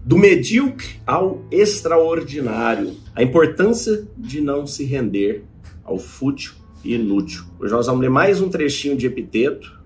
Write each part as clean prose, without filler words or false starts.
Do medíocre ao extraordinário. A importância de não se render ao fútil e inútil. Hoje nós vamos ler mais um trechinho de Epiteto,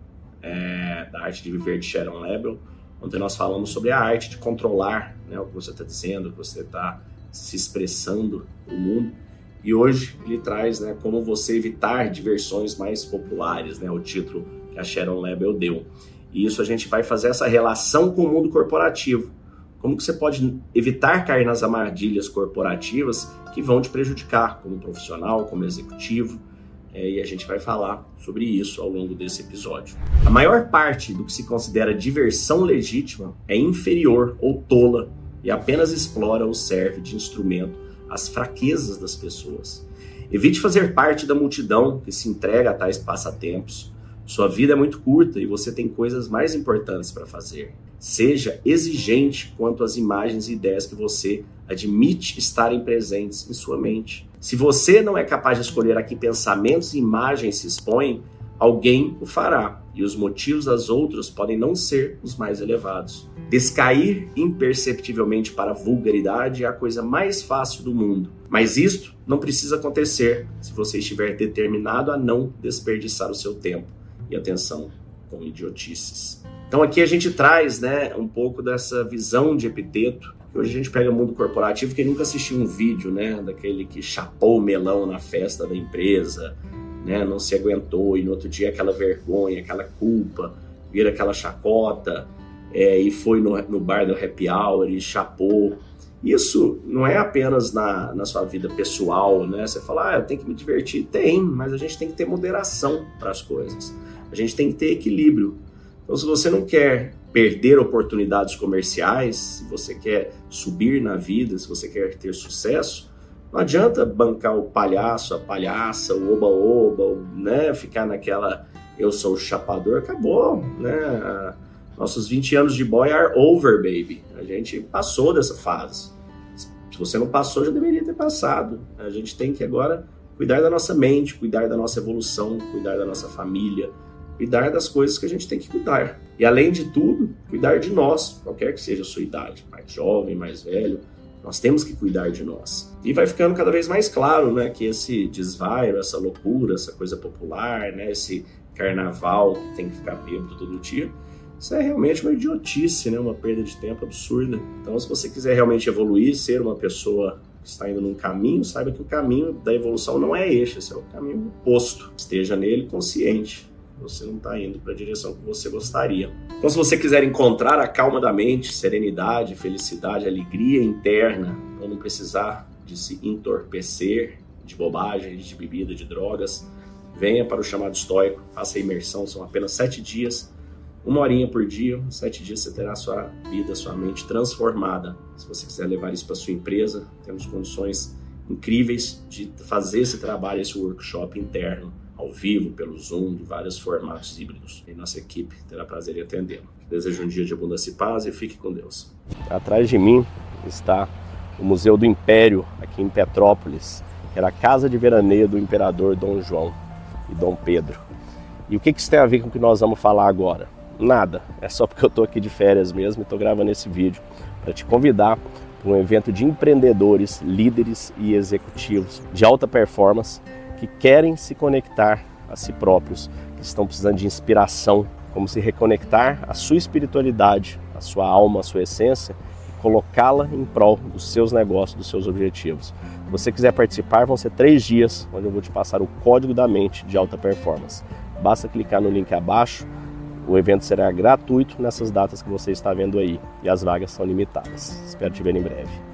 da Arte de Viver de Sharon Lebel, onde nós falamos sobre a arte de controlar, né, o que você está dizendo, o que você está se expressando no mundo. E hoje ele traz, né, como você evitar diversões mais populares, né, o título que a Sharon Lebel deu. E isso a gente vai fazer essa relação com o mundo corporativo. Como que você pode evitar cair nas armadilhas corporativas que vão te prejudicar como profissional, como executivo. E a gente vai falar sobre isso ao longo desse episódio. A maior parte do que se considera diversão legítima é inferior ou tola e apenas explora ou serve de instrumento às fraquezas das pessoas. Evite fazer parte da multidão que se entrega a tais passatempos. Sua vida é muito curta e você tem coisas mais importantes para fazer. Seja exigente quanto às imagens e ideias que você admite estarem presentes em sua mente. Se você não é capaz de escolher a que pensamentos e imagens se expõem, alguém o fará, e os motivos das outras podem não ser os mais elevados. Descair imperceptivelmente para a vulgaridade é a coisa mais fácil do mundo, mas isto não precisa acontecer se você estiver determinado a não desperdiçar o seu tempo e atenção com idiotices. Então aqui a gente traz, né, um pouco dessa visão de Epiteto. Hoje a gente pega o mundo corporativo, que nunca assistiu um vídeo, né, daquele que chapou o melão na festa da empresa, né, não se aguentou e no outro dia aquela vergonha, aquela culpa, vira aquela chacota, e foi no bar do happy hour e chapou. Isso não é apenas na sua vida pessoal, né? Você fala, eu tenho que me divertir. Tem, mas a gente tem que ter moderação para as coisas. A gente tem que ter equilíbrio. Então, se você não quer perder oportunidades comerciais, se você quer subir na vida, se você quer ter sucesso, não adianta bancar o palhaço, a palhaça, o oba-oba, né? Ficar naquela eu sou o chapador, acabou, né? Nossos 20 anos de boy are over, baby. A gente passou dessa fase. Se você não passou, já deveria ter passado. A gente tem que agora cuidar da nossa mente, cuidar da nossa evolução, cuidar da nossa família, cuidar das coisas que a gente tem que cuidar. E além de tudo, cuidar de nós, qualquer que seja a sua idade, mais jovem, mais velho, nós temos que cuidar de nós. E vai ficando cada vez mais claro, né, que esse desvairo, essa loucura, essa coisa popular, né, esse carnaval que tem que ficar bêbado todo dia, isso é realmente uma idiotice, né, uma perda de tempo absurda. Então, se você quiser realmente evoluir, ser uma pessoa que está indo num caminho, saiba que o caminho da evolução não é esse é o caminho oposto. Esteja nele consciente. Você não está indo para a direção que você gostaria. Então, se você quiser encontrar a calma da mente, serenidade, felicidade, alegria interna, para não precisar de se entorpecer de bobagens, de bebida, de drogas, venha para o chamado estoico, faça a imersão, são apenas 7 dias, 1 horinha por dia, 7 dias você terá a sua vida, a sua mente transformada. Se você quiser levar isso para sua empresa, temos condições incríveis de fazer esse trabalho, esse workshop interno, ao vivo, pelo Zoom, de vários formatos híbridos. E nossa equipe terá prazer em atendê-lo. Desejo um dia de abundância e paz e fique com Deus. Atrás de mim está o Museu do Império, aqui em Petrópolis, que era a casa de veraneio do imperador Dom João e Dom Pedro. E o que isso tem a ver com o que nós vamos falar agora? Nada, é só porque eu estou aqui de férias mesmo e estou gravando esse vídeo para te convidar para um evento de empreendedores, líderes e executivos de alta performance que querem se conectar a si próprios, que estão precisando de inspiração, como se reconectar à sua espiritualidade, à sua alma, à sua essência, e colocá-la em prol dos seus negócios, dos seus objetivos. Se você quiser participar, vão ser 3 dias, onde eu vou te passar o código da mente de alta performance. Basta clicar no link abaixo. O evento será gratuito nessas datas que você está vendo aí, e as vagas são limitadas. Espero te ver em breve.